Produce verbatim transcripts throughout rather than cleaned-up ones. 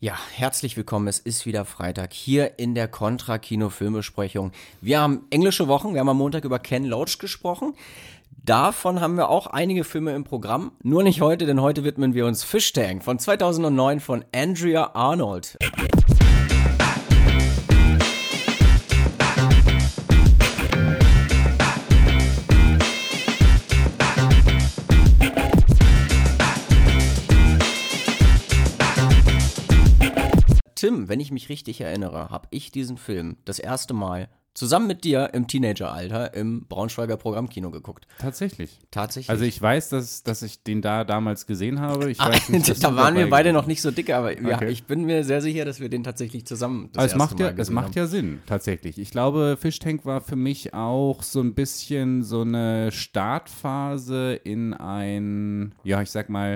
Ja, herzlich willkommen. Es ist wieder Freitag hier in der Contra-Kino-Filmbesprechung. Wir haben englische Wochen. Wir haben am Montag über Ken Loach gesprochen. Davon haben wir auch einige Filme im Programm. Nur nicht heute, denn heute widmen wir uns Fish Tank von zweitausendneun von Andrea Arnold. Tim, wenn ich mich richtig erinnere, habe ich diesen Film das erste Mal zusammen mit dir im Teenageralter im Braunschweiger Programmkino geguckt. Tatsächlich. Tatsächlich. Also ich weiß, dass, dass ich den da damals gesehen habe. Ich ah, weiß nicht, dass da waren wir beide gewesen. noch nicht so dick, aber ja, Okay. ich bin mir sehr sicher, dass wir den tatsächlich zusammen das Aber es erste macht Mal ja, gesehen es macht haben. ja Sinn, tatsächlich. Ich glaube, Fish Tank war für mich auch so ein bisschen so eine Startphase in ein, ja, ich sag mal,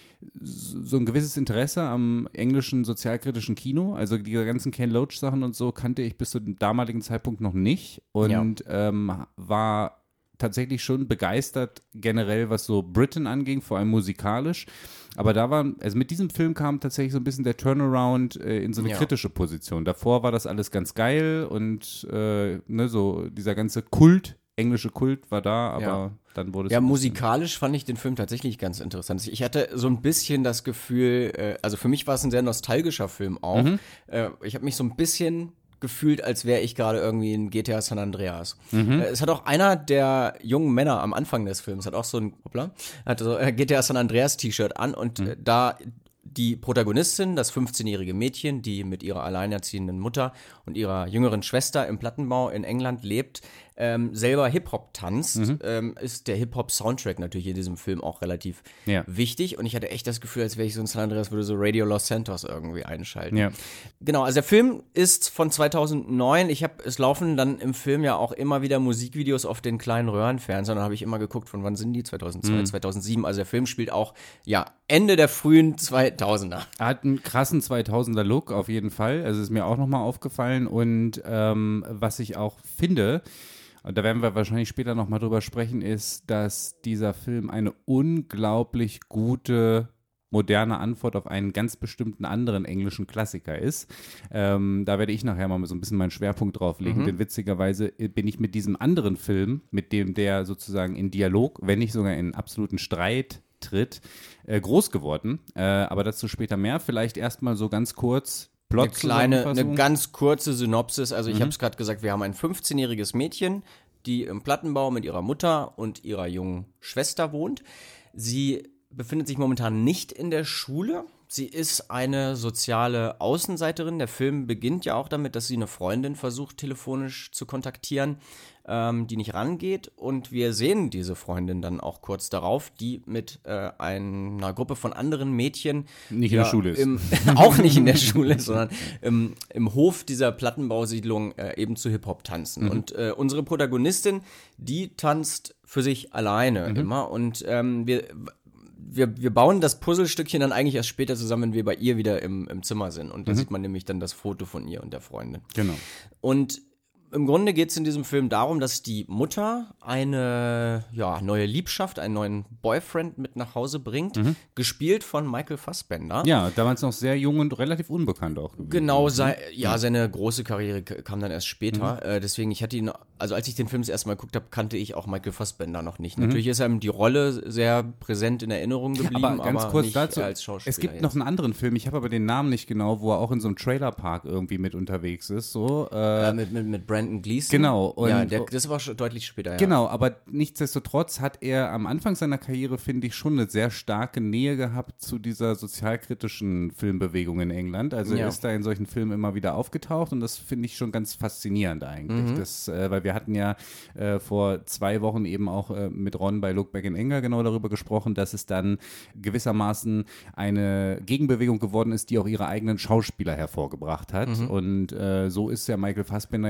so ein gewisses Interesse am englischen sozialkritischen Kino. Also die ganzen Ken Loach-Sachen und so kannte ich bis zu dem damaligen Zeitpunkt noch nicht und ja. ähm, war tatsächlich schon begeistert generell, was so Britain anging, vor allem musikalisch. Aber da war, also mit diesem Film kam tatsächlich so ein bisschen der Turnaround äh, in so eine ja. kritische Position. Davor war das alles ganz geil und äh, ne, so dieser ganze Kult, englische Kult war da, aber ja. dann wurde es Ja, ein musikalisch fand ich den Film tatsächlich ganz interessant. Ich hatte so ein bisschen das Gefühl, äh, also für mich war es ein sehr nostalgischer Film auch. Mhm. Äh, ich habe mich so ein bisschen gefühlt, als wäre ich gerade irgendwie in G T A San Andreas. Mhm. Äh, es hat auch einer der jungen Männer am Anfang des Films, hat auch so ein hoppla, hat so ein G T A San Andreas T-Shirt an und mhm. äh, da die Protagonistin, das fünfzehnjährige Mädchen, die mit ihrer alleinerziehenden Mutter und ihrer jüngeren Schwester im Plattenbau in England lebt, ähm, selber Hip-Hop tanzt, mhm. ähm, ist der Hip-Hop-Soundtrack natürlich in diesem Film auch relativ ja. wichtig. Und ich hatte echt das Gefühl, als wäre ich so in San Andreas, würde so Radio Los Santos irgendwie einschalten. Ja. Genau, also der Film ist von zweitausendneun. Ich habe, es laufen dann im Film ja auch immer wieder Musikvideos auf den kleinen Röhrenfernsehern. Da habe ich immer geguckt, von wann sind die? zweitausendzwei, mhm. zweitausendsieben. Also der Film spielt auch, ja, Ende der frühen zweitausender. Er hat einen krassen zweitausender Look auf jeden Fall. Also ist mir auch nochmal aufgefallen. Und ähm, was ich auch finde, und da werden wir wahrscheinlich später nochmal drüber sprechen, ist, dass dieser Film eine unglaublich gute moderne Antwort auf einen ganz bestimmten anderen englischen Klassiker ist. Ähm, da werde ich nachher mal so ein bisschen meinen Schwerpunkt drauf legen, mhm. denn witzigerweise bin ich mit diesem anderen Film, mit dem der sozusagen in Dialog, wenn nicht sogar in absoluten Streit tritt, äh, groß geworden. Äh, aber dazu später mehr. Vielleicht erstmal so ganz kurz Plot eine kleine, eine ganz kurze Synopsis. Also ich mhm. habe es gerade gesagt, wir haben ein fünfzehnjähriges Mädchen, die im Plattenbau mit ihrer Mutter und ihrer jungen Schwester wohnt. Sie befindet sich momentan nicht in der Schule. Sie ist eine soziale Außenseiterin. Der Film beginnt ja auch damit, dass sie eine Freundin versucht, telefonisch zu kontaktieren, ähm, die nicht rangeht. Und wir sehen diese Freundin dann auch kurz darauf, die mit äh, einer Gruppe von anderen Mädchen nicht ja, in der Schule ist. Im, auch nicht in der Schule, sondern im, im Hof dieser Plattenbausiedlung äh, eben zu Hip-Hop tanzen. Mhm. Und äh, unsere Protagonistin, die tanzt für sich alleine mhm. immer. Und ähm, wir Wir, wir bauen das Puzzlestückchen dann eigentlich erst später zusammen, wenn wir bei ihr wieder im, im Zimmer sind. Und da mhm. sieht man nämlich dann das Foto von ihr und der Freundin. Genau. Und im Grunde geht es in diesem Film darum, dass die Mutter eine ja, neue Liebschaft, einen neuen Boyfriend mit nach Hause bringt, mhm. gespielt von Michael Fassbender. Ja, damals noch sehr jung und relativ unbekannt auch gewesen. Genau, sei, ja, seine große Karriere kam dann erst später. Mhm. Äh, deswegen, ich hatte ihn, also als ich den Film das erste Mal geguckt habe, kannte ich auch Michael Fassbender noch nicht. Mhm. Natürlich ist einem die Rolle sehr präsent in Erinnerung geblieben, aber, ganz aber kurz nicht dazu, als Schauspieler. Es gibt jetzt. noch einen anderen Film, ich habe aber den Namen nicht genau, wo er auch in so einem Trailerpark irgendwie mit unterwegs ist. So, äh, äh, mit, mit, mit Brandon Gleeson. Genau. Und ja, der, das war schon deutlich später, ja. Genau, aber nichtsdestotrotz hat er am Anfang seiner Karriere, finde ich, schon eine sehr starke Nähe gehabt zu dieser sozialkritischen Filmbewegung in England. Also ja. er ist da in solchen Filmen immer wieder aufgetaucht und das finde ich schon ganz faszinierend eigentlich. Mhm. Das, äh, weil wir hatten ja äh, vor zwei Wochen eben auch äh, mit Ron bei Look Back in Anger genau darüber gesprochen, dass es dann gewissermaßen eine Gegenbewegung geworden ist, die auch ihre eigenen Schauspieler hervorgebracht hat. Mhm. Und äh, so ist ja Michael Fassbender ja irgendwie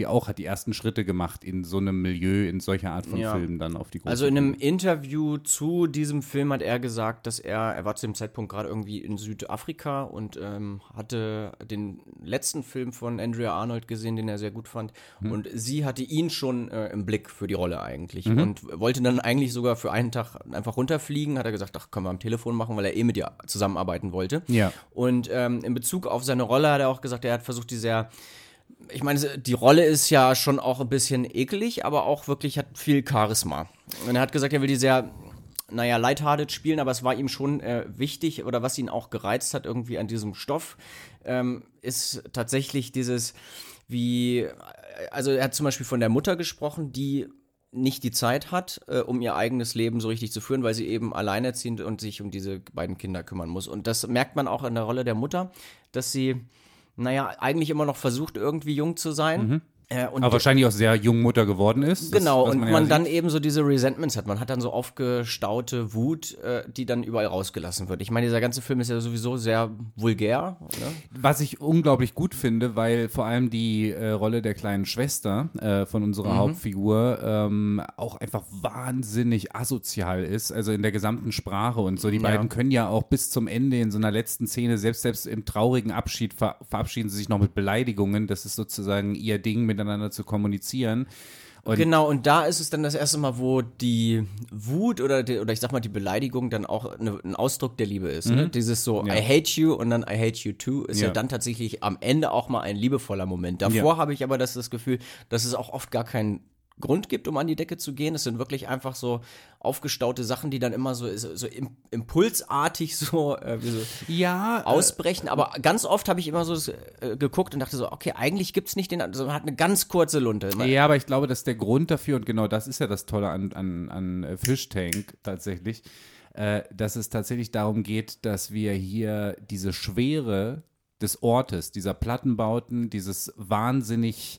auch, hat die ersten Schritte gemacht in so einem Milieu, in solcher Art von Ja. Filmen dann auf die große Also in einem Bühne. Interview zu diesem Film hat er gesagt, dass er, er war zu dem Zeitpunkt gerade irgendwie in Südafrika und ähm, hatte den letzten Film von Andrea Arnold gesehen, den er sehr gut fand. Mhm. Und sie hatte ihn schon äh, im Blick für die Rolle eigentlich mhm. und wollte dann eigentlich sogar für einen Tag einfach runterfliegen. Hat er gesagt, ach, können wir am Telefon machen, weil er eh mit ihr zusammenarbeiten wollte. Ja. Und ähm, in Bezug auf seine Rolle hat er auch gesagt, er hat versucht, die sehr Ich meine, die Rolle ist ja schon auch ein bisschen eklig, aber auch wirklich hat viel Charisma. Und er hat gesagt, er will die sehr, naja, lighthearted spielen, aber es war ihm schon äh, wichtig oder was ihn auch gereizt hat irgendwie an diesem Stoff, ähm, ist tatsächlich dieses, wie, also er hat zum Beispiel von der Mutter gesprochen, die nicht die Zeit hat, äh, um ihr eigenes Leben so richtig zu führen, weil sie eben alleinerziehend und sich um diese beiden Kinder kümmern muss. Und das merkt man auch in der Rolle der Mutter, dass sie naja, eigentlich immer noch versucht, irgendwie jung zu sein. Mhm. Äh, und Aber wahrscheinlich auch sehr jung Mutter geworden ist. Genau, das, und man, man, ja dann eben so diese Resentments hat. Man hat dann so aufgestaute Wut, äh, die dann überall rausgelassen wird. Ich meine, dieser ganze Film ist ja sowieso sehr vulgär. Oder? Was ich unglaublich gut finde, weil vor allem die äh, Rolle der kleinen Schwester äh, von unserer mhm. Hauptfigur ähm, auch einfach wahnsinnig asozial ist, also in der gesamten Sprache und so. Die ja. beiden können ja auch bis zum Ende in so einer letzten Szene, selbst, selbst im traurigen Abschied ver- verabschieden sie sich noch mit Beleidigungen. Das ist sozusagen ihr Ding, miteinander zu kommunizieren. Und genau, und da ist es dann das erste Mal, wo die Wut oder, die, oder ich sag mal die Beleidigung dann auch eine, ein Ausdruck der Liebe ist. Mhm. Ne? Dieses so, ja. I hate you und dann I hate you too ist ja. ja dann tatsächlich am Ende auch mal ein liebevoller Moment. Davor ja. habe ich aber das, das Gefühl, dass es auch oft gar keinen Grund gibt, um an die Decke zu gehen. Es sind wirklich einfach so aufgestaute Sachen, die dann immer so, so, so impulsartig so, äh, so ja, ausbrechen. Äh, Aber ganz oft habe ich immer so äh, geguckt und dachte so, okay, eigentlich gibt es nicht den, also man hat eine ganz kurze Lunte. Ja, aber ich glaube, dass der Grund dafür, und genau das ist ja das Tolle an, an, an Fish Tank tatsächlich, äh, dass es tatsächlich darum geht, dass wir hier diese Schwere des Ortes, dieser Plattenbauten, dieses wahnsinnig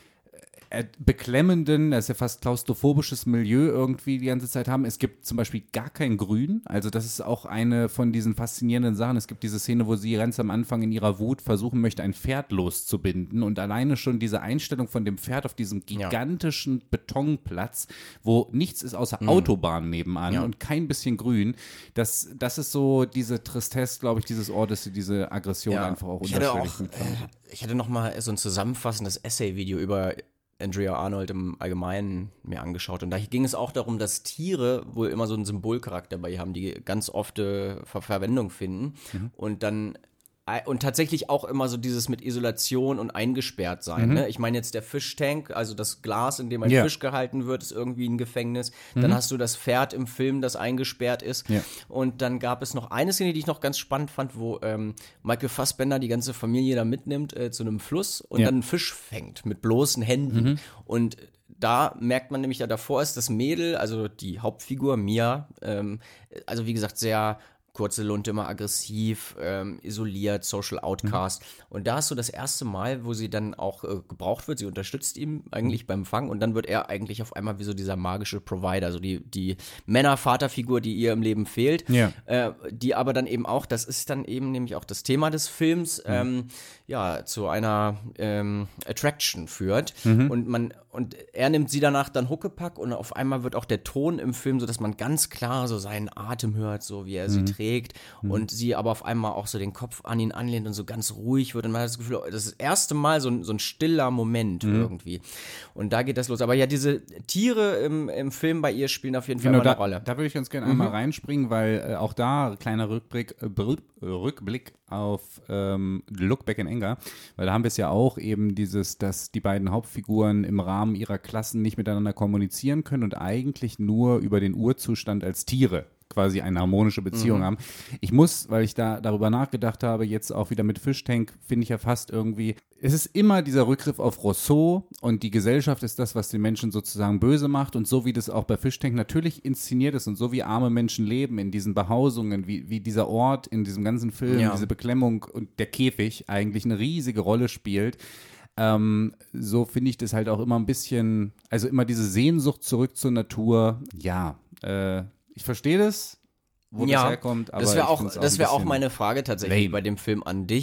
beklemmenden, das ist ja fast klaustrophobisches Milieu irgendwie die ganze Zeit haben. Es gibt zum Beispiel gar kein Grün, also das ist auch eine von diesen faszinierenden Sachen. Es gibt diese Szene, wo sie ganz am Anfang in ihrer Wut versuchen möchte, ein Pferd loszubinden und alleine schon diese Einstellung von dem Pferd auf diesem gigantischen ja. Betonplatz, wo nichts ist außer mhm. Autobahn nebenan ja. und kein bisschen Grün, das, das ist so diese Tristesse, glaube ich, dieses Ortes, diese Aggression ja. einfach auch unterschwellig mit. Ich hatte noch mal so ein zusammenfassendes Essay-Video über Andrea Arnold im Allgemeinen mir angeschaut. Und da ging es auch darum, dass Tiere wohl immer so einen Symbolcharakter bei ihr haben, die ganz oft äh, Ver- Verwendung finden. Mhm. Und dann und tatsächlich auch immer so dieses mit Isolation und eingesperrt sein. Mhm. Ne? Ich meine jetzt der Fischtank, also das Glas, in dem ein ja. Fisch gehalten wird, ist irgendwie ein Gefängnis. Mhm. Dann hast du das Pferd im Film, das eingesperrt ist. Ja. Und dann gab es noch eine Szene, die ich noch ganz spannend fand, wo ähm, Michael Fassbender die ganze Familie da mitnimmt äh, zu einem Fluss und ja. dann einen Fisch fängt mit bloßen Händen. Mhm. Und da merkt man nämlich, ja, davor ist das Mädel, also die Hauptfigur Mia, ähm, also wie gesagt, sehr kurze Lunte, immer aggressiv, ähm, isoliert, Social Outcast. Mhm. Und da ist so das erste Mal, wo sie dann auch äh, gebraucht wird. Sie unterstützt ihn eigentlich beim Fang und dann wird er eigentlich auf einmal wie so dieser magische Provider, so die, die Männer-Vater-Figur, die ihr im Leben fehlt, ja. äh, die aber dann eben auch, das ist dann eben nämlich auch das Thema des Films, mhm. ähm, ja, zu einer ähm, Attraction führt. Mhm. Und man und er nimmt sie danach dann Huckepack und auf einmal wird auch der Ton im Film so, dass man ganz klar so seinen Atem hört, so wie er mhm. sie trägt mhm. und sie aber auf einmal auch so den Kopf an ihn anlehnt und so ganz ruhig wird und man hat das Gefühl, das ist das erste Mal so ein, so ein stiller Moment mhm. irgendwie. Und da geht das los. Aber ja, diese Tiere im, im Film bei ihr spielen auf jeden Fall genau, eine da, Rolle. Da würde ich ganz gerne mhm. einmal reinspringen, weil äh, auch da kleiner Rückblick, äh, Rückblick auf ähm, Look Back in Anger, weil da haben wir es ja auch eben dieses, dass die beiden Hauptfiguren im Rahmen ihrer Klassen nicht miteinander kommunizieren können und eigentlich nur über den Urzustand als Tiere quasi eine harmonische Beziehung mhm. haben. Ich muss, weil ich da darüber nachgedacht habe, jetzt auch wieder mit Fischtank, finde ich ja fast irgendwie, es ist immer dieser Rückgriff auf Rousseau und die Gesellschaft ist das, was den Menschen sozusagen böse macht und so wie das auch bei Fischtank natürlich inszeniert ist und so wie arme Menschen leben in diesen Behausungen, wie, wie dieser Ort in diesem ganzen Film, ja. diese Beklemmung und der Käfig eigentlich eine riesige Rolle spielt. Ähm, so finde ich das halt auch immer ein bisschen, also immer diese Sehnsucht zurück zur Natur, ja, äh, ich verstehe das, wo ja, das herkommt, aber das wäre auch, auch das wäre auch meine Frage tatsächlich lame. Bei dem Film an dich.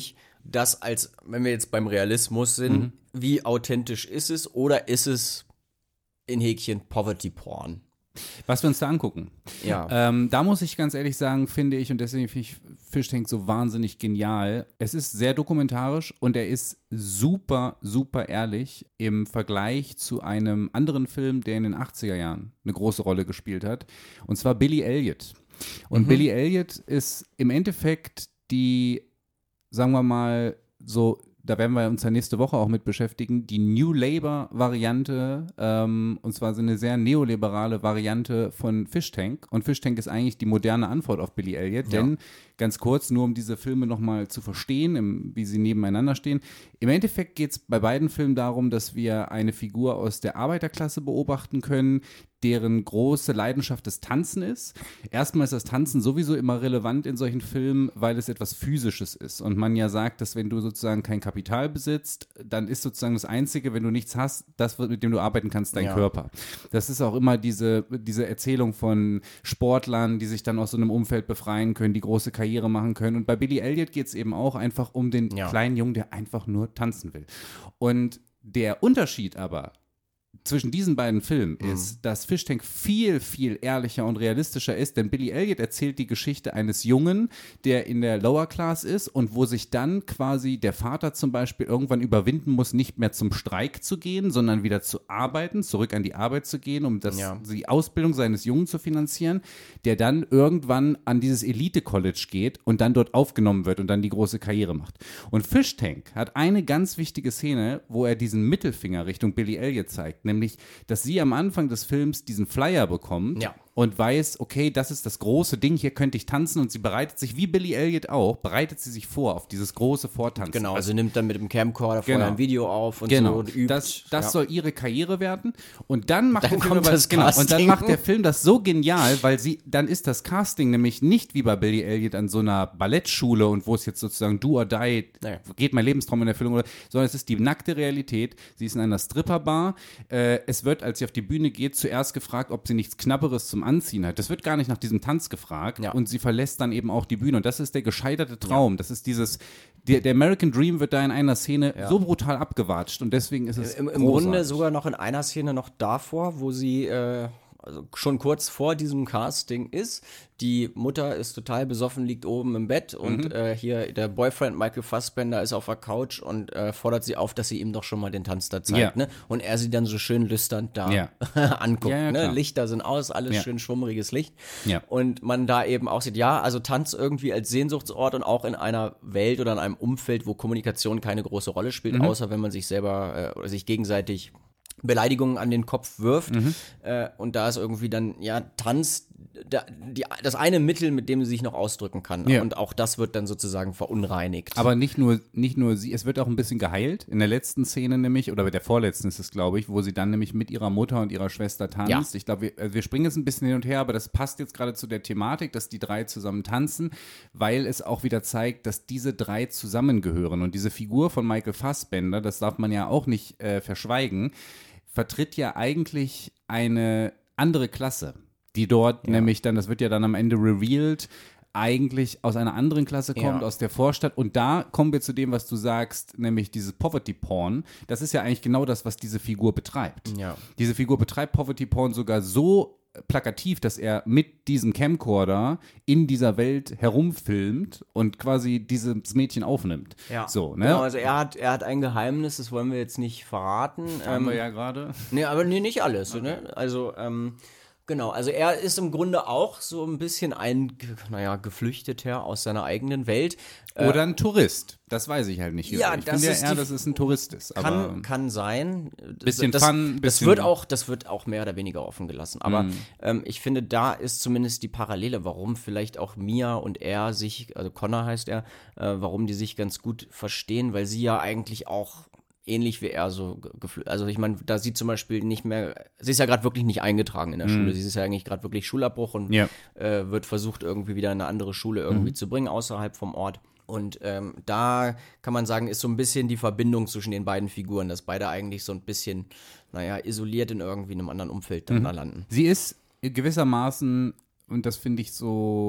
das als, wenn wir jetzt beim Realismus sind, mhm. wie authentisch ist es oder ist es in Häkchen Poverty Porn? Was wir uns da angucken. Ja. Ähm, da muss ich ganz ehrlich sagen, finde ich, und deswegen finde ich Fish Tank so wahnsinnig genial. Es ist sehr dokumentarisch und er ist super, super ehrlich im Vergleich zu einem anderen Film, der in den achtziger Jahren eine große Rolle gespielt hat. Und zwar Billy Elliot. Und mhm. Billy Elliot ist im Endeffekt die, sagen wir mal, so, da werden wir uns ja nächste Woche auch mit beschäftigen, die New Labour-Variante, ähm, und zwar so eine sehr neoliberale Variante von Fish Tank. Und Fish Tank ist eigentlich die moderne Antwort auf Billy Elliot, ja. Denn, ganz kurz, nur um diese Filme nochmal zu verstehen, im, wie sie nebeneinander stehen, im Endeffekt geht es bei beiden Filmen darum, dass wir eine Figur aus der Arbeiterklasse beobachten können, deren große Leidenschaft das Tanzen ist. Erstmal ist das Tanzen sowieso immer relevant in solchen Filmen, weil es etwas Physisches ist. Und man ja sagt, dass wenn du sozusagen kein Kapital besitzt, dann ist sozusagen das Einzige, wenn du nichts hast, das, mit dem du arbeiten kannst, dein ja. Körper. Das ist auch immer diese, diese Erzählung von Sportlern, die sich dann aus so einem Umfeld befreien können, die große Karriere machen können. Und bei Billy Elliot geht es eben auch einfach um den ja. kleinen Jungen, der einfach nur tanzen will. Und der Unterschied aber zwischen diesen beiden Filmen mhm. ist, dass Fish Tank viel, viel ehrlicher und realistischer ist, denn Billy Elliot erzählt die Geschichte eines Jungen, der in der Lower Class ist und wo sich dann quasi der Vater zum Beispiel irgendwann überwinden muss, nicht mehr zum Streik zu gehen, sondern wieder zu arbeiten, zurück an die Arbeit zu gehen, um das, ja. die Ausbildung seines Jungen zu finanzieren, der dann irgendwann an dieses Elite-College geht und dann dort aufgenommen wird und dann die große Karriere macht. Und Fish Tank hat eine ganz wichtige Szene, wo er diesen Mittelfinger Richtung Billy Elliot zeigt, nämlich, dass sie am Anfang des Films diesen Flyer bekommt ja. und weiß, okay, das ist das große Ding, hier könnte ich tanzen, und sie bereitet sich, wie Billy Elliot auch, bereitet sie sich vor auf dieses große Vortanzen. Genau, also nimmt dann mit dem Camcorder vorher genau. ein Video auf und genau. so und übt. Das, das ja. soll ihre Karriere werden, und dann macht dann der Film kommt aber, das genau, Casting. und dann macht der Film das so genial, weil sie, dann ist das Casting nämlich nicht wie bei Billy Elliot an so einer Ballettschule und wo es jetzt sozusagen do or die, naja. geht mein Lebenstraum in Erfüllung, oder, sondern es ist die nackte Realität. Sie ist in einer Stripperbar. Äh, es wird, als sie auf die Bühne geht, zuerst gefragt, ob sie nichts Knapperes zum Anziehen hat. Das wird gar nicht nach diesem Tanz gefragt, ja. und sie verlässt dann eben auch die Bühne, und das ist der gescheiterte Traum. Ja. Das ist dieses, der, der American Dream wird da in einer Szene ja. so brutal abgewatscht, und deswegen ist es Im, im Grunde sogar noch in einer Szene noch davor, wo sie äh, also schon kurz vor diesem Casting ist. Die Mutter ist total besoffen, liegt oben im Bett, und mhm. äh, hier der Boyfriend Michael Fassbender ist auf der Couch und äh, fordert sie auf, dass sie ihm doch schon mal den Tanz da zeigt. Ja. Ne? Und er sie dann so schön lüsternd da ja. anguckt. Ja, ja, ne? Lichter sind aus, alles ja. schön schwummeriges Licht. Ja. Und man da eben auch sieht, ja, also Tanz irgendwie als Sehnsuchtsort und auch in einer Welt oder in einem Umfeld, wo Kommunikation keine große Rolle spielt, mhm. außer wenn man sich selber äh, oder sich gegenseitig Beleidigungen an den Kopf wirft. Mhm. Äh, und da ist irgendwie dann, ja, Tanz da, die, das eine Mittel, mit dem sie sich noch ausdrücken kann. Ja. Und auch das wird dann sozusagen verunreinigt. Aber nicht nur, nicht nur sie, es wird auch ein bisschen geheilt. In der letzten Szene nämlich, oder bei der vorletzten ist es, glaube ich, wo sie dann nämlich mit ihrer Mutter und ihrer Schwester tanzt. Ja. Ich glaube, wir, wir springen jetzt ein bisschen hin und her, aber das passt jetzt gerade zu der Thematik, dass die drei zusammen tanzen, weil es auch wieder zeigt, dass diese drei zusammengehören. Und diese Figur von Michael Fassbender, das darf man ja auch nicht äh, verschweigen, vertritt ja eigentlich eine andere Klasse, die dort ja. nämlich dann, das wird ja dann am Ende revealed, eigentlich aus einer anderen Klasse kommt, ja. aus der Vorstadt. Und da kommen wir zu dem, was du sagst, nämlich dieses Poverty Porn. Das ist ja eigentlich genau das, was diese Figur betreibt. Ja. Diese Figur betreibt Poverty Porn sogar so plakativ, dass er mit diesem Camcorder in dieser Welt herumfilmt und quasi dieses Mädchen aufnimmt. Ja. So, ne? Genau, also er hat, er hat ein Geheimnis, das wollen wir jetzt nicht verraten. Haben ähm, wir ja gerade. Nee, aber nee, nicht alles. Okay. Ne? Also, ähm, genau, also er ist im Grunde auch so ein bisschen ein, naja, Geflüchteter aus seiner eigenen Welt. Oder ein Tourist, das weiß ich halt nicht. Ja, ich das finde ist ja eher, die, dass es ein Tourist ist. Kann, aber kann sein. Bisschen das, Fun, das bisschen wird auch, das wird auch mehr oder weniger offen gelassen. Aber mm. ähm, ich finde, da ist zumindest die Parallele, warum vielleicht auch Mia und er sich, also Connor heißt er, äh, warum die sich ganz gut verstehen, weil sie ja eigentlich auch ähnlich wie er so geflüchtet. Also ich meine, da sie zum Beispiel nicht mehr, sie ist ja gerade wirklich nicht eingetragen in der mm. Schule. Sie ist ja eigentlich gerade wirklich Schulabbruch und ja. äh, wird versucht, irgendwie wieder in eine andere Schule irgendwie mm. zu bringen, außerhalb vom Ort. Und ähm, da kann man sagen, ist so ein bisschen die Verbindung zwischen den beiden Figuren, dass beide eigentlich so ein bisschen, naja, isoliert in irgendwie einem anderen Umfeld dann mhm. da landen. Sie ist gewissermaßen, und das finde ich so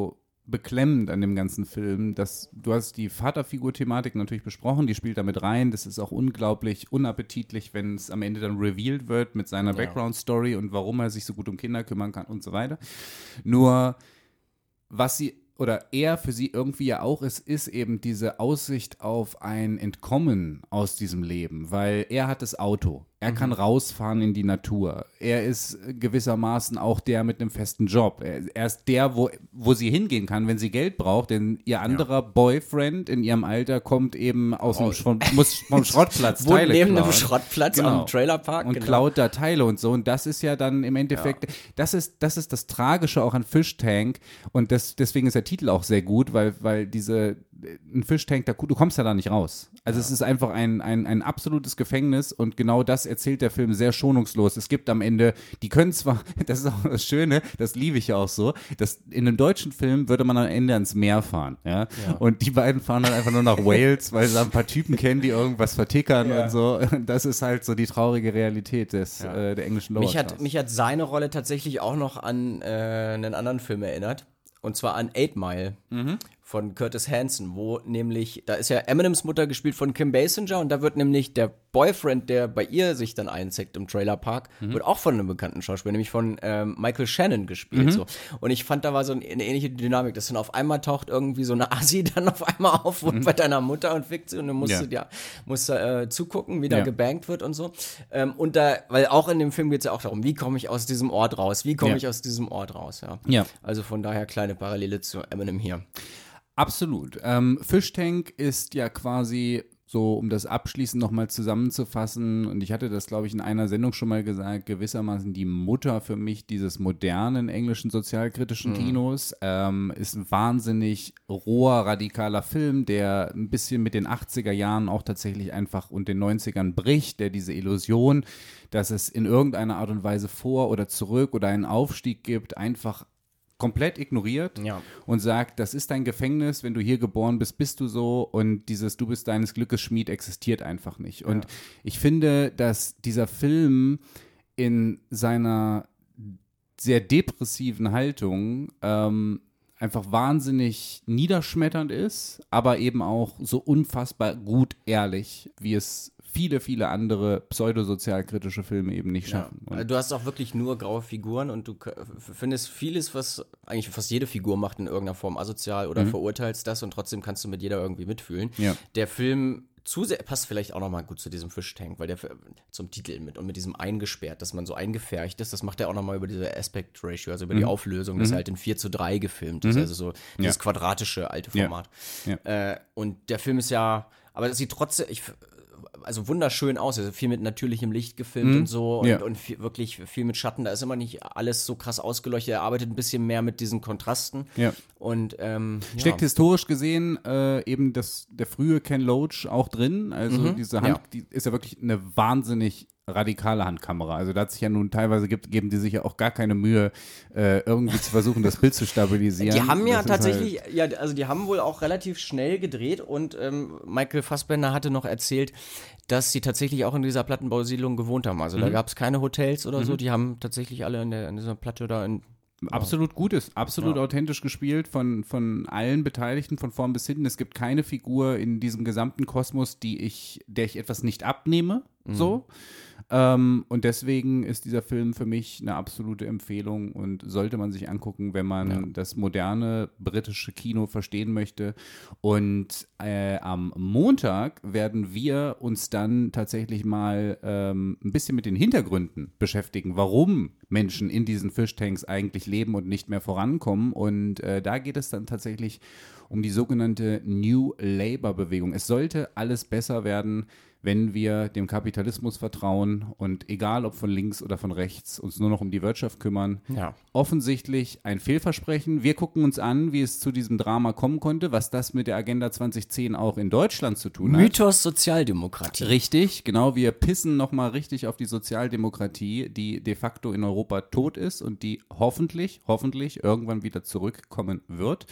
beklemmend an dem ganzen Film, dass du hast die Vaterfigur-Thematik natürlich besprochen, die spielt damit rein, das ist auch unglaublich unappetitlich, wenn es am Ende dann revealed wird mit seiner ja. Background-Story und warum er sich so gut um Kinder kümmern kann und so weiter. Nur, was sie oder er für sie irgendwie ja auch ist, ist eben diese Aussicht auf ein Entkommen aus diesem Leben, weil er hat das Auto, er kann mhm. rausfahren in die Natur, er ist gewissermaßen auch der mit einem festen Job, er, er ist der, wo, wo sie hingehen kann, wenn sie Geld braucht, denn ihr anderer ja. Boyfriend in ihrem Alter kommt eben aus dem, von, muss vom Schrottplatz Wohnt Teile neben klauen. einem Schrottplatz genau. am Trailerpark. Und genau. klaut da Teile und so und das ist ja dann im Endeffekt, ja. das ist das ist das Tragische auch an Fish Tank und das, deswegen ist der Titel auch sehr gut, weil, weil diese, ein Fischtank, da, du kommst ja da nicht raus. Also ja. es ist einfach ein, ein, ein absolutes Gefängnis und genau das erzählt der Film sehr schonungslos. Es gibt am Ende, die können zwar, das ist auch das Schöne, das liebe ich ja auch so, dass in einem deutschen Film würde man am Ende ans Meer fahren, ja, ja. und die beiden fahren dann einfach nur nach Wales, weil sie ein paar Typen kennen, die irgendwas vertickern ja. und so. Das ist halt so die traurige Realität des, ja. äh, der englischen Lower mich hat, Class. mich hat seine Rolle tatsächlich auch noch an äh, einen anderen Film erinnert. Und zwar an Eight Mile mhm. von Curtis Hanson, wo nämlich, da ist ja Eminems Mutter gespielt von Kim Basinger und da wird nämlich der Boyfriend, der bei ihr sich dann einzeckt im Trailerpark, mhm. wird auch von einem bekannten Schauspieler, nämlich von ähm, Michael Shannon gespielt. Mhm. So. Und ich fand, da war so eine ähnliche Dynamik, dass dann auf einmal taucht irgendwie so eine Assi dann auf einmal auf und mhm. bei deiner Mutter und fickt sie und dann musst ja. du dir musst, äh, zugucken, wie da ja. gebankt wird und so. Ähm, und da, weil auch in dem Film geht es ja auch darum, wie komme ich aus diesem Ort raus, wie komme ja. ich aus diesem Ort raus, ja. ja. Also von daher kleine Parallele zu Eminem hier. Absolut. Ähm, Fish Tank ist ja quasi so, um das abschließend nochmal zusammenzufassen, und ich hatte das, glaube ich, in einer Sendung schon mal gesagt, gewissermaßen die Mutter für mich dieses modernen englischen sozialkritischen mhm. Kinos, ähm, ist ein wahnsinnig roher, radikaler Film, der ein bisschen mit den achtziger Jahren auch tatsächlich einfach und den neunzigern bricht, der diese Illusion, dass es in irgendeiner Art und Weise vor oder zurück oder einen Aufstieg gibt, einfach komplett ignoriert ja. und sagt, das ist dein Gefängnis, wenn du hier geboren bist, bist du so und dieses Du bist deines Glückes Schmied existiert einfach nicht. Und ja. ich finde, dass dieser Film in seiner sehr depressiven Haltung ähm, einfach wahnsinnig niederschmetternd ist, aber eben auch so unfassbar gut ehrlich, wie es viele, viele andere pseudosozialkritische Filme eben nicht schaffen. Ja. Du hast auch wirklich nur graue Figuren und du findest vieles, was eigentlich fast jede Figur macht, in irgendeiner Form asozial oder mhm. verurteilst das und trotzdem kannst du mit jeder irgendwie mitfühlen. Ja. Der Film zu sehr, passt vielleicht auch nochmal gut zu diesem Fish-Tank, weil der zum Titel mit und mit diesem eingesperrt, dass man so eingefärcht ist, das macht er auch nochmal über diese Aspect-Ratio, also über mhm. die Auflösung, dass mhm. er halt in vier zu drei gefilmt ist, mhm. also so dieses ja. quadratische alte Format. Ja. Ja. Äh, und der Film ist ja, aber das sieht trotzdem, ich also wunderschön aus, also viel mit natürlichem Licht gefilmt mhm. und so und, ja. und viel, wirklich viel mit Schatten, da ist immer nicht alles so krass ausgeleuchtet, er arbeitet ein bisschen mehr mit diesen Kontrasten ja. und ähm, steckt ja. historisch gesehen äh, eben das, der frühe Ken Loach auch drin, also mhm. diese Hand, ja. die ist ja wirklich eine wahnsinnig radikale Handkamera. Also da hat sich ja nun teilweise gibt, geben die sich ja auch gar keine Mühe, äh, irgendwie zu versuchen, das Bild zu stabilisieren. Die haben ja das tatsächlich, halt ja, also die haben wohl auch relativ schnell gedreht und ähm, Michael Fassbender hatte noch erzählt, dass sie tatsächlich auch in dieser Plattenbausiedlung gewohnt haben. Also mhm. da gab es keine Hotels oder mhm. so, die haben tatsächlich alle in, der, in dieser Platte da in absolut gut ist, absolut ja. authentisch gespielt von, von allen Beteiligten, von vorn bis hinten. Es gibt keine Figur in diesem gesamten Kosmos, die ich, der ich etwas nicht abnehme, mhm. so. Ähm, und deswegen ist dieser Film für mich eine absolute Empfehlung und sollte man sich angucken, wenn man ja. das moderne britische Kino verstehen möchte. Und äh, am Montag werden wir uns dann tatsächlich mal ähm, ein bisschen mit den Hintergründen beschäftigen, warum Menschen in diesen Fishtanks eigentlich leben und nicht mehr vorankommen. Und äh, da geht es dann tatsächlich um die sogenannte New Labour-Bewegung. Es sollte alles besser werden, wenn wir dem Kapitalismus vertrauen und egal ob von links oder von rechts uns nur noch um die Wirtschaft kümmern. Ja. Offensichtlich ein Fehlversprechen. Wir gucken uns an, wie es zu diesem Drama kommen konnte, was das mit der Agenda zwanzig zehn auch in Deutschland zu tun hat. Mythos Sozialdemokratie. Richtig, genau. Wir pissen nochmal richtig auf die Sozialdemokratie, die de facto in Europa tot ist und die hoffentlich, hoffentlich irgendwann wieder zurückkommen wird.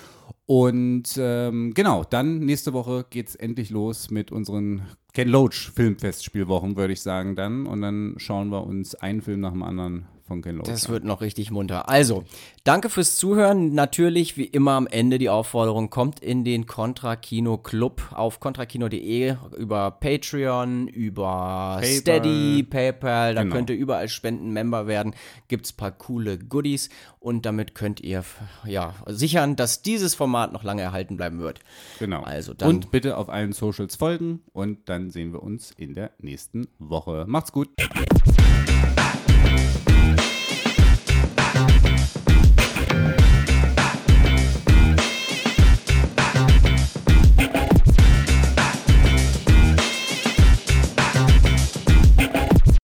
Und ähm, genau, dann nächste Woche geht's endlich los mit unseren Ken Loach Filmfestspielwochen, würde ich sagen dann. Und dann schauen wir uns einen Film nach dem anderen von Ken Loach. Das wird noch richtig munter. Also, danke fürs Zuhören. Natürlich, wie immer am Ende die Aufforderung, kommt in den Contra Kino Club auf contrakino punkt de über Patreon, über PayPal. Steady, PayPal, da Genau. könnt ihr überall Spenden-Member werden, gibt's ein paar coole Goodies und damit könnt ihr ja sichern, dass dieses Format noch lange erhalten bleiben wird. Genau. Also dann und bitte auf allen Socials folgen und dann sehen wir uns in der nächsten Woche. Macht's gut.